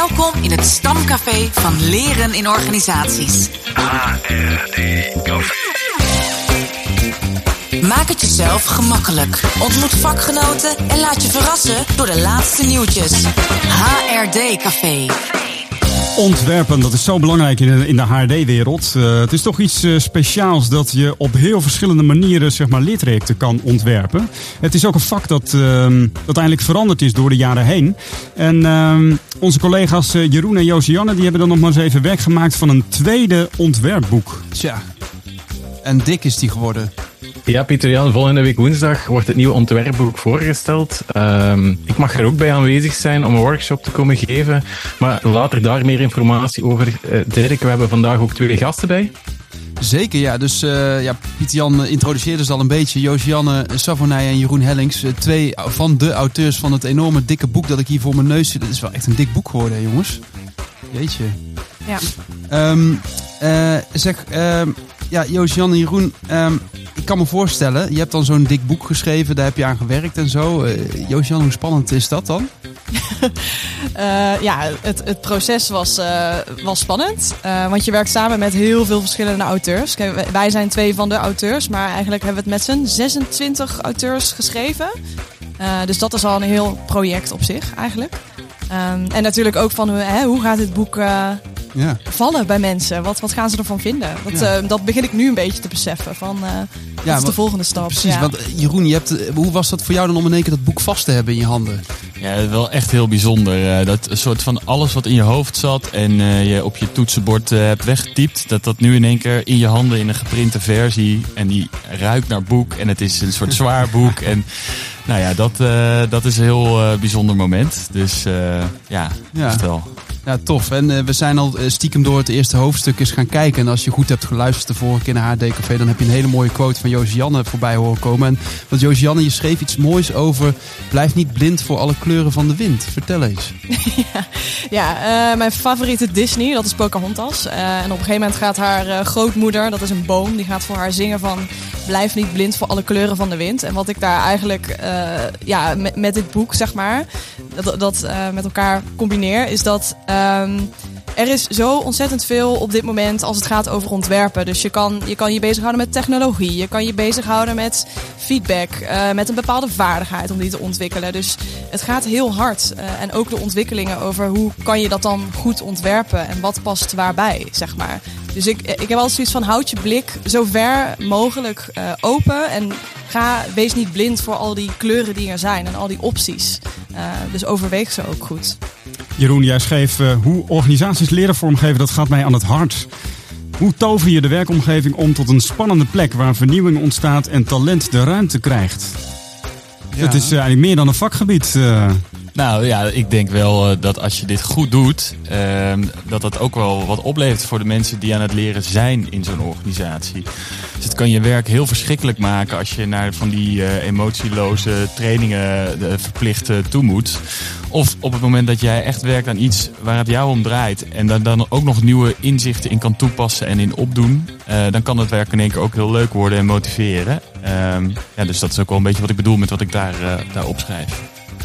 Welkom in het stamcafé van Leren in Organisaties. HRD Café. Maak het jezelf gemakkelijk. Ontmoet vakgenoten en laat je verrassen door de laatste nieuwtjes. HRD Café. Ontwerpen, dat is zo belangrijk in de HRD-wereld. Het is toch iets speciaals dat je op heel verschillende manieren leertrajecten kan ontwerpen. Het is ook een vak dat eigenlijk veranderd is door de jaren heen. En onze collega's Jeroen en Josianne die hebben dan nog maar eens even werk gemaakt van een tweede ontwerpboek. Tja, en dik is die geworden. Ja, Pieter-Jan, volgende week woensdag wordt het nieuwe ontwerpboek voorgesteld. Ik mag er ook bij aanwezig zijn om een workshop te komen geven. Maar later daar meer informatie over. Dirk, we hebben vandaag ook 2 gasten bij. Zeker, ja. Dus Pieter-Jan introduceerde ze al een beetje. Josianne Savonij en Jeroen Hellings. 2 van de auteurs van het enorme dikke boek dat ik hier voor mijn neus zie. Dat is wel echt een dik boek geworden, hè, jongens. Jeetje. Ja. Josianne en Jeroen... ik kan me voorstellen, je hebt dan zo'n dik boek geschreven, daar heb je aan gewerkt en zo. Josianne, hoe spannend is dat dan? Het proces was spannend. Want je werkt samen met heel veel verschillende auteurs. Kijk, wij zijn 2 van de auteurs, maar eigenlijk hebben we het met z'n 26 auteurs geschreven. Dus dat is al een heel project op zich eigenlijk. En natuurlijk ook van hoe gaat dit boek vallen bij mensen? Wat gaan ze ervan vinden? Dat begin ik nu een beetje te beseffen. Wat is de volgende stap? Precies, want Jeroen, hoe was dat voor jou dan om in één keer dat boek vast te hebben in je handen? Ja, wel echt heel bijzonder. Dat een soort van alles wat in je hoofd zat en je op je toetsenbord hebt weggetypt, dat nu in één keer in je handen in een geprinte versie en die ruikt naar boek en het is een soort zwaar boek en nou ja, dat is een heel bijzonder moment. Dus echt wel. Ja, tof. En we zijn al stiekem door het eerste hoofdstuk eens gaan kijken. En als je goed hebt geluisterd de vorige keer naar HRD Café, dan heb je een hele mooie quote van Josianne voorbij horen komen. Want Josianne, je schreef iets moois over blijf niet blind voor alle kleuren van de wind. Vertel eens. Mijn favoriete Disney, dat is Pocahontas. En op een gegeven moment gaat haar grootmoeder, dat is een boom, die gaat voor haar zingen van blijf niet blind voor alle kleuren van de wind. En wat ik daar eigenlijk met dit boek, zeg maar, dat met elkaar combineer, is dat er is zo ontzettend veel op dit moment als het gaat over ontwerpen. Dus je kan je bezighouden met technologie. Je kan je bezighouden met feedback. Met een bepaalde vaardigheid om die te ontwikkelen. Dus het gaat heel hard. En ook de ontwikkelingen over hoe kan je dat dan goed ontwerpen. En wat past waarbij, zeg maar. Dus ik heb altijd zoiets van houd je blik zo ver mogelijk open. En wees niet blind voor al die kleuren die er zijn. En al die opties. Dus overweeg ze ook goed. Jeroen, jij schreef hoe organisaties leren vormgeven, dat gaat mij aan het hart. Hoe tover je de werkomgeving om tot een spannende plek waar vernieuwing ontstaat en talent de ruimte krijgt? Ja. Het is eigenlijk meer dan een vakgebied. Nou ja, ik denk wel dat als je dit goed doet, dat ook wel wat oplevert voor de mensen die aan het leren zijn in zo'n organisatie. Dus het kan je werk heel verschrikkelijk maken als je naar van die emotieloze trainingen verplicht toe moet. Of op het moment dat jij echt werkt aan iets waar het jou om draait en dan ook nog nieuwe inzichten in kan toepassen en in opdoen, dan kan het werk in één keer ook heel leuk worden en motiveren. Dus dat is ook wel een beetje wat ik bedoel met wat ik daar opschrijf.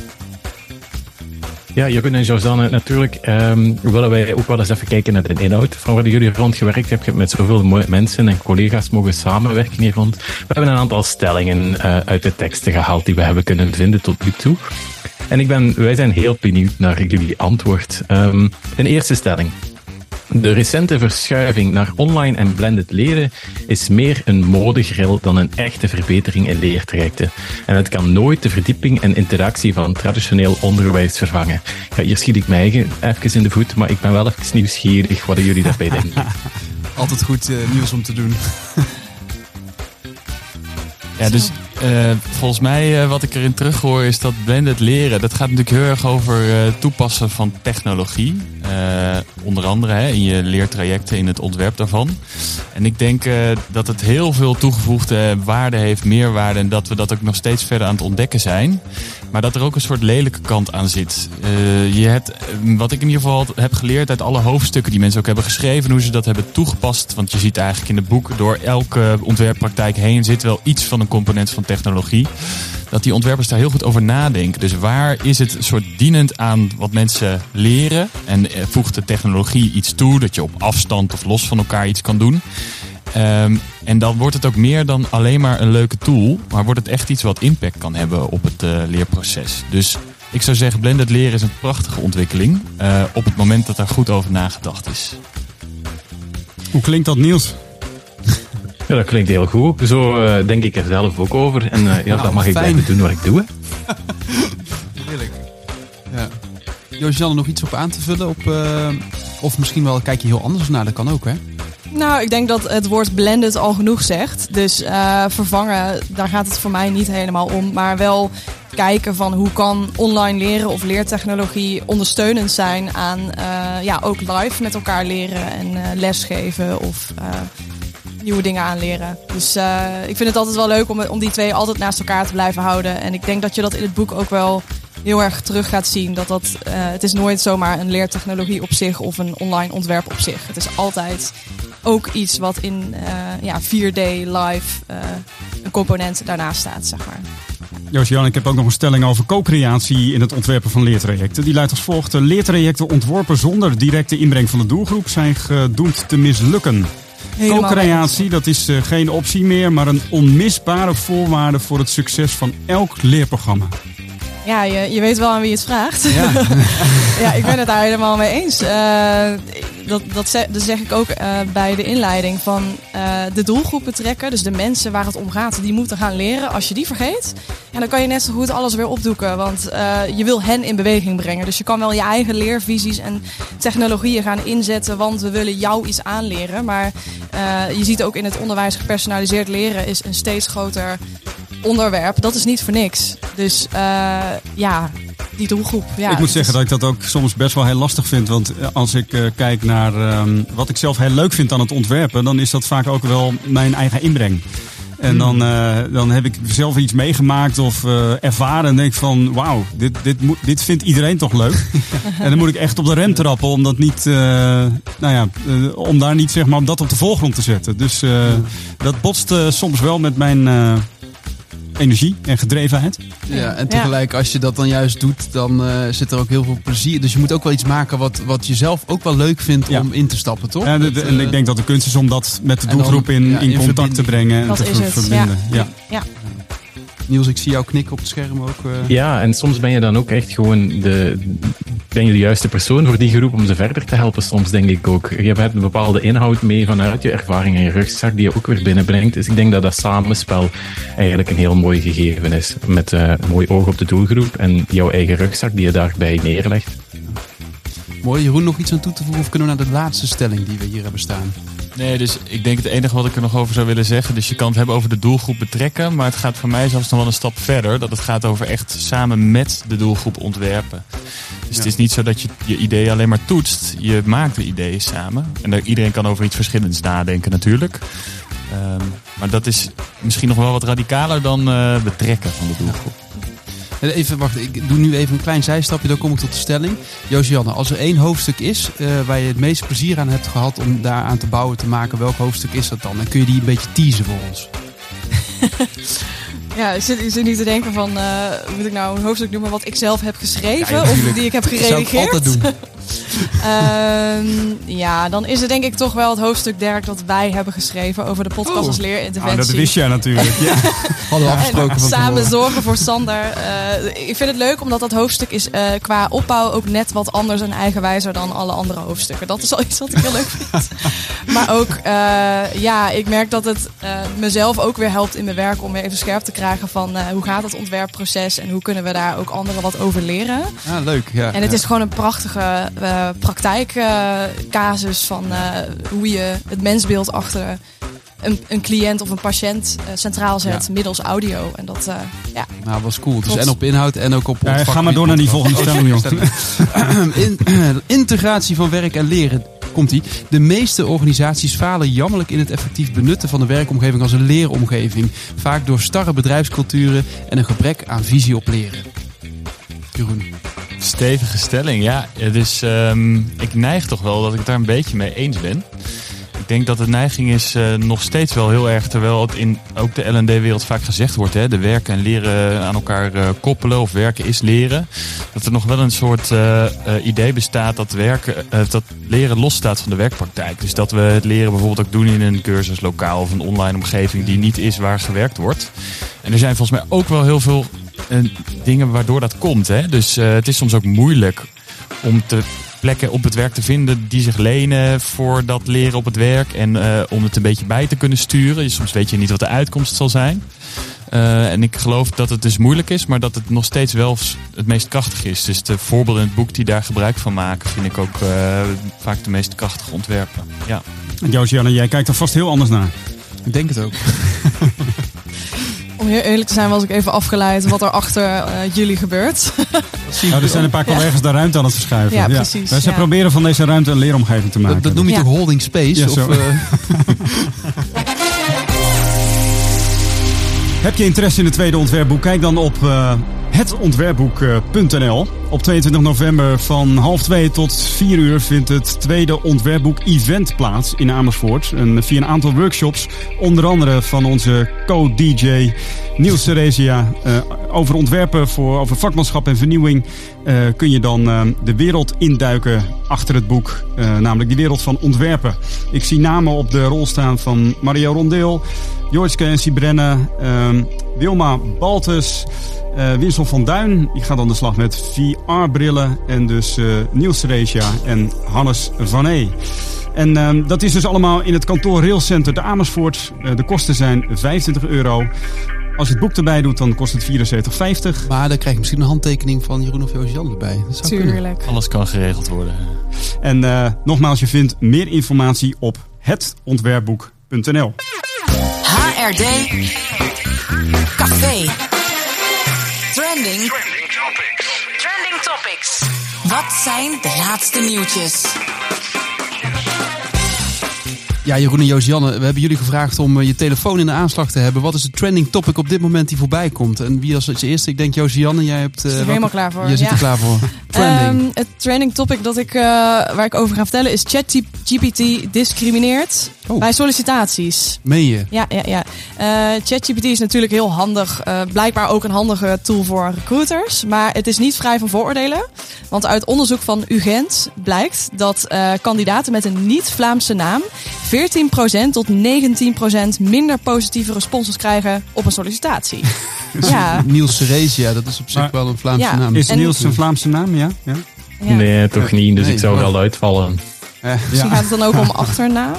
Ja, Jeroen en Josianne, natuurlijk willen wij ook wel eens even kijken naar de inhoud van waar jullie rond gewerkt hebben. Je hebt met zoveel mooie mensen en collega's mogen samenwerken hier rond. We hebben een aantal stellingen uit de teksten gehaald die we hebben kunnen vinden tot nu toe. En wij zijn heel benieuwd naar jullie antwoord. Een eerste stelling. De recente verschuiving naar online en blended leren is meer een modegril dan een echte verbetering in leertrajecten. En het kan nooit de verdieping en interactie van traditioneel onderwijs vervangen. Ja, hier schiet ik mij even in de voet, maar ik ben wel even nieuwsgierig wat jullie daarbij denken. Altijd goed nieuws om te doen. Ja, dus volgens mij wat ik erin terughoor is dat blended leren, dat gaat natuurlijk heel erg over toepassen van technologie. Onder andere in je leertrajecten, in het ontwerp daarvan. En ik denk dat het heel veel toegevoegde waarde heeft, meerwaarde, en dat we dat ook nog steeds verder aan het ontdekken zijn. Maar dat er ook een soort lelijke kant aan zit. Je hebt, wat ik in ieder geval heb geleerd uit alle hoofdstukken die mensen ook hebben geschreven, hoe ze dat hebben toegepast. Want je ziet eigenlijk in het boek, door elke ontwerppraktijk heen zit wel iets van een component van technologie, dat die ontwerpers daar heel goed over nadenken. Dus waar is het soort dienend aan wat mensen leren? En voegt de technologie iets toe, dat je op afstand of los van elkaar iets kan doen? En dan wordt het ook meer dan alleen maar een leuke tool, maar wordt het echt iets wat impact kan hebben op het leerproces. Dus ik zou zeggen, blended leren is een prachtige ontwikkeling op het moment dat daar goed over nagedacht is. Hoe klinkt dat, Niels? Ja, dat klinkt heel goed. Zo denk ik er zelf ook over. En dan mag ik blijven doen wat ik doe. Heerlijk. Ja. Josianne, nog iets op aan te vullen? Of misschien wel kijk je heel anders naar, dat kan ook, hè? Nou, ik denk dat het woord blended al genoeg zegt. Dus vervangen, daar gaat het voor mij niet helemaal om. Maar wel kijken van hoe kan online leren of leertechnologie ondersteunend zijn aan ook live met elkaar leren en lesgeven of nieuwe dingen aanleren. Dus ik vind het altijd wel leuk om die twee altijd naast elkaar te blijven houden. En ik denk dat je dat in het boek ook wel heel erg terug gaat zien. Het is nooit zomaar een leertechnologie op zich of een online ontwerp op zich. Het is altijd ook iets wat in 4D live een component daarnaast staat, zeg maar. Josianne, ik heb ook nog een stelling over co-creatie in het ontwerpen van leertrajecten. Die luidt als volgt: leertrajecten ontworpen zonder directe inbreng van de doelgroep zijn gedoemd te mislukken. Co-creatie, dat is geen optie meer, maar een onmisbare voorwaarde voor het succes van elk leerprogramma. Ja, je weet wel aan wie je het vraagt. Ja, ja, ik ben het daar helemaal mee eens. Dat zeg ik ook bij de inleiding van de doelgroep betrekken. Dus de mensen waar het om gaat, die moeten gaan leren. Als je die vergeet, dan kan je net zo goed alles weer opdoeken. Want je wil hen in beweging brengen. Dus je kan wel je eigen leervisies en technologieën gaan inzetten. Want we willen jou iets aanleren. Maar je ziet ook in het onderwijs gepersonaliseerd leren is een steeds groter onderwerp. Dat is niet voor niks. Dus die doelgroep. Ja, ik moet zeggen dat ik dat ook soms best wel heel lastig vind. Want als ik kijk naar wat ik zelf heel leuk vind aan het ontwerpen, dan is dat vaak ook wel mijn eigen inbreng. En dan heb ik zelf iets meegemaakt of ervaren en denk van wauw, dit vindt iedereen toch leuk. En dan moet ik echt op de rem trappen om dat niet, om daar niet zeg maar om dat op de voorgrond te zetten. Dus dat botst soms wel met mijn energie en gedrevenheid. Ja, en tegelijk als je dat dan juist doet, dan zit er ook heel veel plezier. Dus je moet ook wel iets maken wat je zelf ook wel leuk vindt om in te stappen, toch? Ja, en ik denk dat de kunst is om dat met de doelgroep in contact te brengen en dat te verbinden. Ja. Niels, ik zie jou knikken op het scherm ook. Ja, en soms ben je dan ook echt gewoon ben je de juiste persoon voor die groep om ze verder te helpen. Soms denk ik ook. Je hebt een bepaalde inhoud mee vanuit je ervaring en je rugzak die je ook weer binnenbrengt. Dus ik denk dat dat samenspel eigenlijk een heel mooi gegeven is. Met een mooi oog op de doelgroep en jouw eigen rugzak die je daarbij neerlegt. Mooi. Jeroen, nog iets aan toe te voegen of kunnen we naar de laatste stelling die we hier hebben staan? Nee, dus ik denk het enige wat ik er nog over zou willen zeggen, dus je kan het hebben over de doelgroep betrekken, maar het gaat voor mij zelfs nog wel een stap verder. Dat het gaat over echt samen met de doelgroep ontwerpen. Dus het is niet zo dat je je idee alleen maar toetst. Je maakt de ideeën samen. En iedereen kan over iets verschillends nadenken natuurlijk. Maar dat is misschien nog wel wat radicaler dan betrekken van de doelgroep. Even wachten, ik doe nu even een klein zijstapje, dan kom ik tot de stelling. Josianne, als er één hoofdstuk is waar je het meeste plezier aan hebt gehad om daaraan te bouwen, te maken, welk hoofdstuk is dat dan? En kun je die een beetje teasen voor ons? Ja, ik zit nu te denken van, moet ik nou een hoofdstuk noemen wat ik zelf heb geschreven of die ik heb geredigeerd? Dat zou ik altijd doen. Dan is het denk ik toch wel het hoofdstuk, Dirk, dat wij hebben geschreven over de podcast als leerinterventie. Dat wist jij natuurlijk. Ja. Hadden we afgesproken en van samen tevoren. zorgen voor Sander. Ik vind het leuk omdat dat hoofdstuk is qua opbouw ook net wat anders en eigenwijzer dan alle andere hoofdstukken. Dat is al iets wat ik heel leuk vind. Maar ook, ik merk dat het mezelf ook weer helpt in mijn werk om weer even scherp te krijgen van hoe gaat het ontwerpproces en hoe kunnen we daar ook anderen wat over leren. Ja, leuk. Ja, en het is gewoon een prachtige praktijkcasus van hoe je het mensbeeld achter een cliënt of een patiënt centraal zet middels audio. En dat, Nou, was cool. Dus en op inhoud en ook op Ga maar door naar die volgende stelling, joh. Integratie van werk en leren. Komt-ie. De meeste organisaties falen jammerlijk in het effectief benutten van de werkomgeving als een leeromgeving. Vaak door starre bedrijfsculturen en een gebrek aan visie op leren. Jeroen. Stevige stelling, ja. Dus ik neig toch wel dat ik het daar een beetje mee eens ben. Ik ik denk dat de neiging is nog steeds wel heel erg, terwijl het in ook de L&D-wereld vaak gezegd wordt, hè, de werken en leren aan elkaar koppelen of werken is leren. Dat er nog wel een soort idee bestaat dat dat leren losstaat van de werkpraktijk. Dus dat we het leren bijvoorbeeld ook doen in een cursus lokaal of een online omgeving die niet is waar gewerkt wordt. En er zijn volgens mij ook wel heel veel dingen waardoor dat komt. Hè? Dus het is soms ook moeilijk om plekken op het werk te vinden die zich lenen voor dat leren op het werk. En om het een beetje bij te kunnen sturen. Soms weet je niet wat de uitkomst zal zijn. En ik geloof dat het dus moeilijk is, maar dat het nog steeds wel het meest krachtig is. Dus de voorbeelden in het boek die daar gebruik van maken, vind ik ook vaak de meest krachtige ontwerpen. Ja. Josianne, jij kijkt er vast heel anders naar. Ik denk het ook. Om heel eerlijk te zijn was ik even afgeleid wat er achter jullie gebeurt. Nou, er zijn een paar collega's de ruimte aan het verschuiven. Ja, precies. Zij proberen van deze ruimte een leeromgeving te maken. Dat noem je toch holding space? Ja, zo. Heb je interesse in het tweede ontwerpboek? Kijk dan op hetontwerpboek.nl. Op 22 november van 1:30 tot 4 uur vindt het tweede ontwerpboek-event plaats in Amersfoort. En via een aantal workshops, onder andere van onze co-DJ Niels Ceresia, over ontwerpen over vakmanschap en vernieuwing, kun je dan de wereld induiken achter het boek. Namelijk die wereld van ontwerpen. Ik zie namen op de rol staan van Mario Rondeel, Joyske en Sibrenne, Wilma Baltus, Winsel van Duin. Die gaat aan de slag met VR-brillen. En dus Niels Ceresia en Hannes van E. En dat is dus allemaal in het kantoor Rail Center te Amersfoort. De kosten zijn €25. Als je het boek erbij doet, dan kost het €74,50. Maar dan krijg je misschien een handtekening van Jeroen of Josianne erbij. Dat zou Tuurlijk. Alles kan geregeld worden. En nogmaals, je vindt meer informatie op hetontwerpboek.nl. HRD Café. Trending Topics. Wat zijn de laatste nieuwtjes? Ja, Jeroen en Josianne, we hebben jullie gevraagd om je telefoon in de aanslag te hebben. Wat is de trending topic op dit moment die voorbij komt? En wie als eerste? Ik denk Josianne, jij hebt... Ik zit er helemaal klaar voor. Je zit er klaar voor. Trending. Het trending topic waar ik over ga vertellen is ChatGPT discrimineert bij sollicitaties. Meen je? Ja. ChatGPT is natuurlijk heel handig. Blijkbaar ook een handige tool voor recruiters. Maar het is niet vrij van vooroordelen. Want uit onderzoek van UGent blijkt dat kandidaten met een niet-Vlaamse naam 14% tot 19% minder positieve responses krijgen op een sollicitatie. Ja. Niels Ceresia, dat is op zich wel een Vlaamse naam. Is Niels een Vlaamse naam? Ja. Nee, toch niet. Dus ik zou wel uitvallen. Misschien gaat het dan ook om achternaam.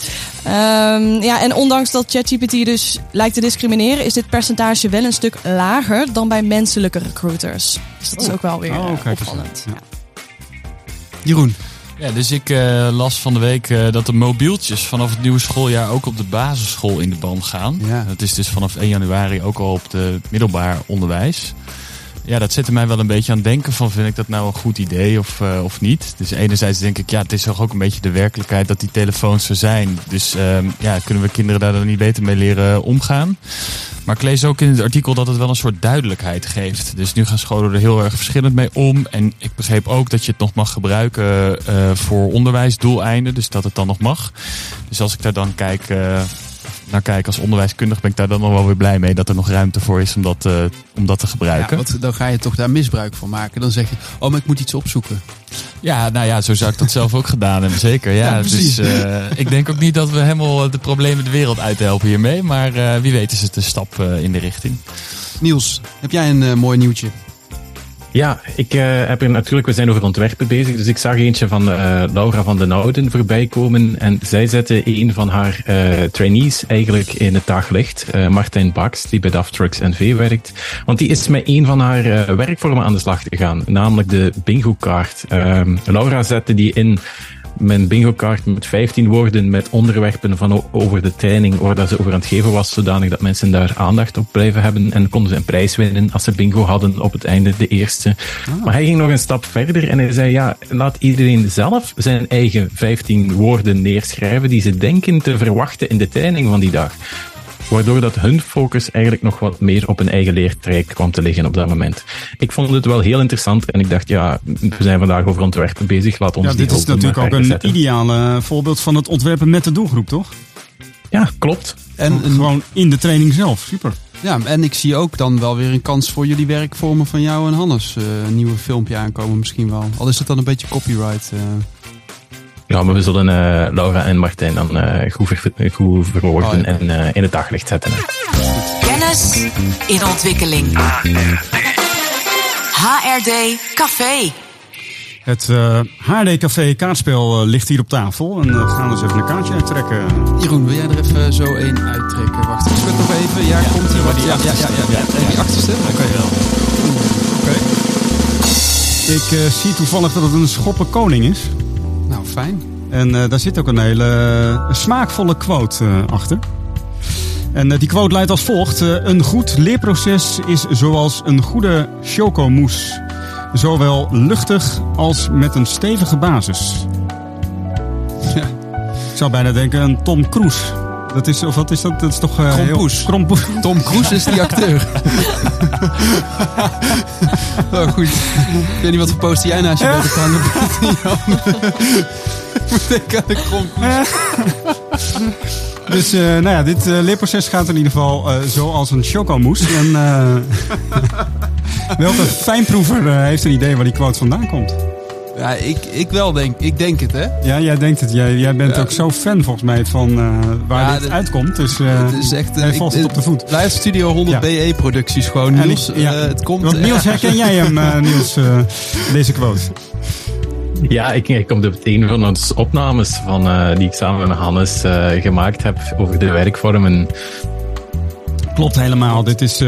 En ondanks dat ChatGPT dus lijkt te discrimineren, is dit percentage wel een stuk lager dan bij menselijke recruiters. Dus dat is ook wel weer opvallend. Ja. Jeroen. Ja, dus ik las van de week dat de mobieltjes vanaf het nieuwe schooljaar ook op de basisschool in de band gaan. Ja. Dat is dus vanaf 1 januari ook al op de middelbaar onderwijs. Ja, dat zette mij wel een beetje aan het denken van, vind ik dat nou een goed idee of niet? Dus enerzijds denk ik, het is toch ook een beetje de werkelijkheid dat die telefoons er zijn. Dus kunnen we kinderen daar dan niet beter mee leren omgaan? Maar ik lees ook in het artikel dat het wel een soort duidelijkheid geeft. Dus nu gaan scholen er heel erg verschillend mee om. En ik begreep ook dat je het nog mag gebruiken voor onderwijsdoeleinden. Dus dat het dan nog mag. Dus als ik daar dan naar kijk als onderwijskundige, ben ik daar dan nog wel weer blij mee dat er nog ruimte voor is om dat te gebruiken. Ja, want dan ga je toch daar misbruik van maken. Dan zeg je, maar ik moet iets opzoeken. Ja, zo zou ik dat zelf ook gedaan hebben, zeker. Ja, dus ik denk ook niet dat we helemaal de problemen de wereld uithelpen hiermee. Maar wie weet is het een stap in de richting. Niels, heb jij een mooi nieuwtje? Ja, ik heb er natuurlijk, we zijn over ontwerpen bezig, dus ik zag eentje van Laura van den Ouden voorbij komen en zij zette een van haar trainees eigenlijk in het daglicht, Martijn Baks, die bij DAF Trucks NV werkt, want die is met een van haar werkvormen aan de slag gegaan, namelijk de bingo-kaart. Laura zette die in mijn bingo-kaart met 15 woorden met onderwerpen van over de training waar dat ze over aan het geven was, zodanig dat mensen daar aandacht op blijven hebben en konden ze een prijs winnen als ze bingo hadden op het einde, de eerste. Maar hij ging nog een stap verder en hij zei, laat iedereen zelf zijn eigen 15 woorden neerschrijven die ze denken te verwachten in de training van die dag. waardoor dat hun focus eigenlijk nog wat meer op een eigen leertraject kwam te liggen op dat moment. Ik vond het wel heel interessant en ik dacht, ja, we zijn vandaag over ontwerpen bezig, laat ons dit is natuurlijk ook een ideale voorbeeld van het ontwerpen met de doelgroep, toch? Ja, klopt. En gewoon in de training zelf, super. Ja, en ik zie ook dan wel weer een kans voor jullie werkvormen van jou en Hannes. Een nieuwe filmpje aankomen misschien wel. Al is het dan een beetje copyright. Ja, maar we zullen Laura en Martijn dan goed verwoorden en in het daglicht zetten. Kennis in ontwikkeling. HRD Café. Het HRD Café kaartspel ligt hier op tafel. En we gaan dus even een kaartje uittrekken. Jeroen, wil jij er even zo één uittrekken? Wacht, ik schud nog even. Ja, komt ie. Ja. Die achterste? Dat kan je wel. Oké. Ik zie toevallig dat het een Schoppen Koning is. Nou, fijn. En daar zit ook een hele smaakvolle quote achter. En die quote luidt als volgt. Een goed leerproces is zoals een goede chocomousse. Zowel luchtig als met een stevige basis. Ja. Ik zou bijna denken een Tom Cruise. Dat is, of wat is dat? Dat is toch Krompoes. Tom Cruise is die acteur. Oh, goed. Ik weet niet wat voor poster jij naast je bed hebt hangen. Ik denk aan de Krompoes. Dus dit leerproces gaat in ieder geval zoals een chocomousse. En welke fijnproever heeft een idee waar die quote vandaan komt? Ja, ik wel denk. Ik denk het, hè? Ja, jij denkt het. Jij bent ook zo fan volgens mij van waar dit uitkomt. Dus het is echt, hij valt het op de voet. Blijft Studio 100 BE producties gewoon, Niels. Het komt. Want Niels, herken jij hem, Niels, deze quote? Ja, ik kom op een van onze opnames die ik samen met Hannes gemaakt heb over de werkvormen. Klopt helemaal. Dit is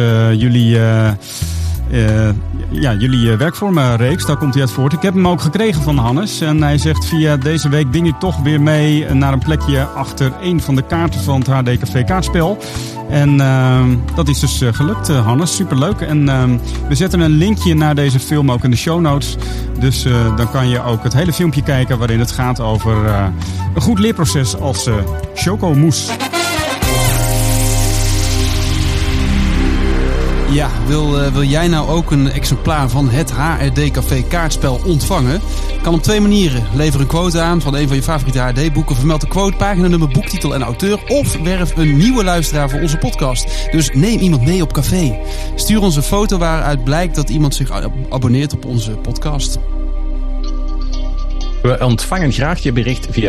jullie werkvormenreeks. Daar komt hij uit voort. Ik heb hem ook gekregen van Hannes. En hij zegt via deze week ding ik toch weer mee naar een plekje achter een van de kaarten van het HRD Café kaartspel. En dat is dus gelukt, Hannes. Superleuk. En we zetten een linkje naar deze film ook in de show notes. Dus dan kan je ook het hele filmpje kijken waarin het gaat over een goed leerproces als chocomousse. Ja, wil jij nou ook een exemplaar van het HRD Café kaartspel ontvangen? Kan op 2 manieren. Lever een quote aan van een van je favoriete HRD-boeken. Vermeld de quote, paginanummer, boektitel en auteur. Of werf een nieuwe luisteraar voor onze podcast. Dus neem iemand mee op café. Stuur ons een foto waaruit blijkt dat iemand zich abonneert op onze podcast. We ontvangen graag je bericht via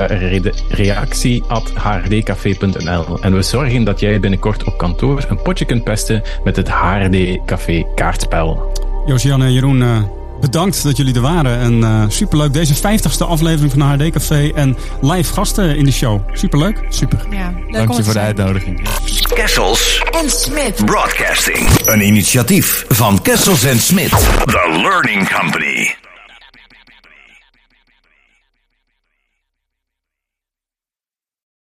reactie@hrdcafé.nl en we zorgen dat jij binnenkort op kantoor een potje kunt pesten met het HRD Café kaartspel. Josianne en Jeroen, bedankt dat jullie er waren. En superleuk. Deze 50ste aflevering van HRD Café en live gasten in de show. Superleuk. Super. Ja, dank je voor de uitnodiging. Kessels en Smit Broadcasting. Een initiatief van Kessels en Smit. The Learning Company.